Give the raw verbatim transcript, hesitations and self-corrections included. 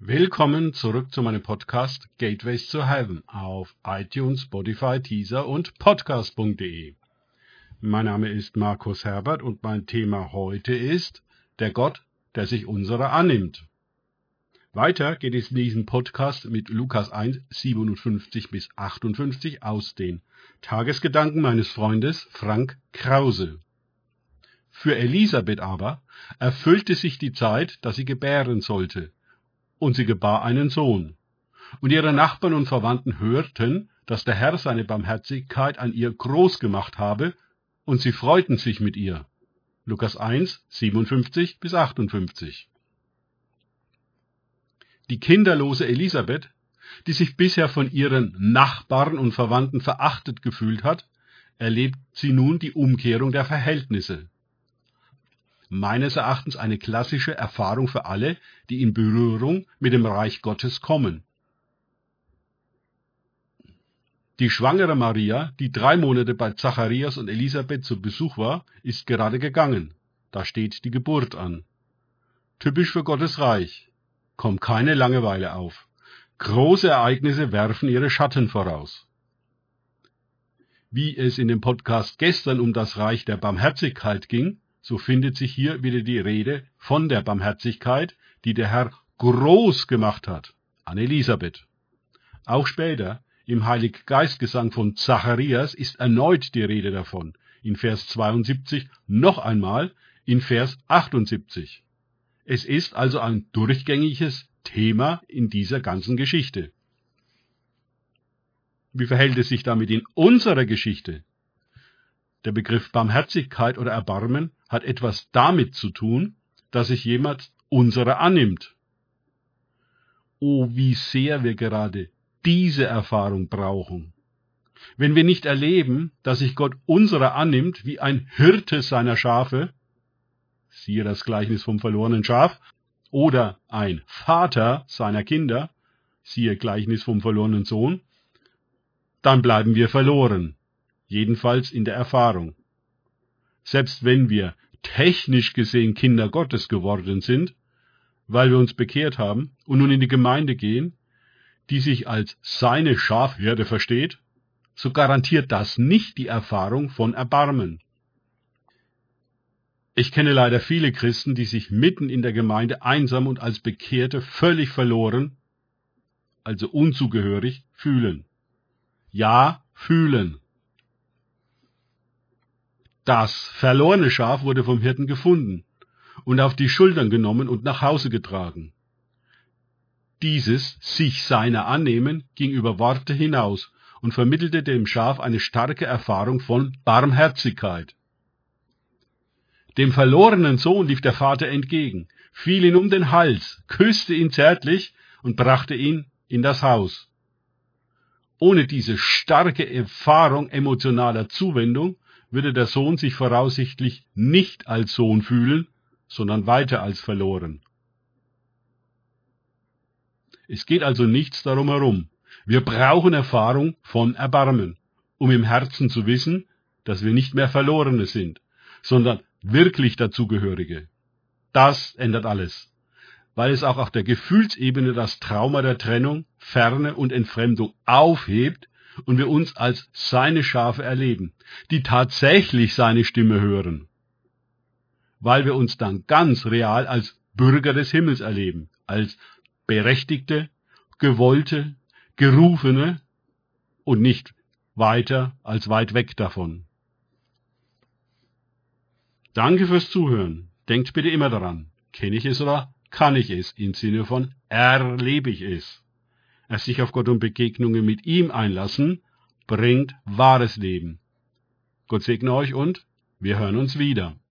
Willkommen zurück zu meinem Podcast Gateways to Heaven auf iTunes, Spotify, Teaser und podcast punkt de. Mein Name ist Markus Herbert und mein Thema heute ist der Gott, der sich unserer annimmt. Weiter geht es in diesem Podcast mit Lukas eins, siebenundfünfzig bis achtundfünfzig aus den Tagesgedanken meines Freundes Frank Krause. Für Elisabeth aber erfüllte sich die Zeit, dass sie gebären sollte. Und sie gebar einen Sohn. Und ihre Nachbarn und Verwandten hörten, dass der Herr seine Barmherzigkeit an ihr groß gemacht habe, und sie freuten sich mit ihr. Lukas eins, siebenundfünfzig bis achtundfünfzig. Die kinderlose Elisabeth, die sich bisher von ihren Nachbarn und Verwandten verachtet gefühlt hat, erlebt sie nun die Umkehrung der Verhältnisse. Meines Erachtens eine klassische Erfahrung für alle, die in Berührung mit dem Reich Gottes kommen. Die schwangere Maria, die drei Monate bei Zacharias und Elisabeth zu Besuch war, ist gerade gegangen. Da steht die Geburt an. Typisch für Gottes Reich. Kommt keine Langeweile auf. Große Ereignisse werfen ihre Schatten voraus. Wie es in dem Podcast gestern um das Reich der Barmherzigkeit ging, so findet sich hier wieder die Rede von der Barmherzigkeit, die der Herr groß gemacht hat, an Elisabeth. Auch später, im Heiliggeistgesang von Zacharias, ist erneut die Rede davon, in Vers zweiundsiebzig noch einmal, in Vers achtundsiebzig. Es ist also ein durchgängiges Thema in dieser ganzen Geschichte. Wie verhält es sich damit in unserer Geschichte? Der Begriff Barmherzigkeit oder Erbarmen hat etwas damit zu tun, dass sich jemand unserer annimmt. Oh, wie sehr wir gerade diese Erfahrung brauchen. Wenn wir nicht erleben, dass sich Gott unserer annimmt wie ein Hirte seiner Schafe, siehe das Gleichnis vom verlorenen Schaf, oder ein Vater seiner Kinder, siehe Gleichnis vom verlorenen Sohn, dann bleiben wir verloren. Jedenfalls in der Erfahrung. Selbst wenn wir technisch gesehen Kinder Gottes geworden sind, weil wir uns bekehrt haben und nun in die Gemeinde gehen, die sich als seine Schafherde versteht, so garantiert das nicht die Erfahrung von Erbarmen. Ich kenne leider viele Christen, die sich mitten in der Gemeinde einsam und als Bekehrte völlig verloren, also unzugehörig, fühlen. Ja, fühlen. Das verlorene Schaf wurde vom Hirten gefunden und auf die Schultern genommen und nach Hause getragen. Dieses sich seiner annehmen ging über Worte hinaus und vermittelte dem Schaf eine starke Erfahrung von Barmherzigkeit. Dem verlorenen Sohn lief der Vater entgegen, fiel ihn um den Hals, küsste ihn zärtlich und brachte ihn in das Haus. Ohne diese starke Erfahrung emotionaler Zuwendung würde der Sohn sich voraussichtlich nicht als Sohn fühlen, sondern weiter als verloren. Es geht also nichts darum herum. Wir brauchen Erfahrung von Erbarmen, um im Herzen zu wissen, dass wir nicht mehr Verlorene sind, sondern wirklich Dazugehörige. Das ändert alles, weil es auch auf der Gefühlsebene das Trauma der Trennung, Ferne und Entfremdung aufhebt, und wir uns als seine Schafe erleben, die tatsächlich seine Stimme hören, weil wir uns dann ganz real als Bürger des Himmels erleben, als Berechtigte, Gewollte, Gerufene und nicht weiter als weit weg davon. Danke fürs Zuhören. Denkt bitte immer daran, kenne ich es oder kann ich es, im Sinne von erlebe ich es. Es sich auf Gott und Begegnungen mit ihm einlassen, bringt wahres Leben. Gott segne euch und wir hören uns wieder.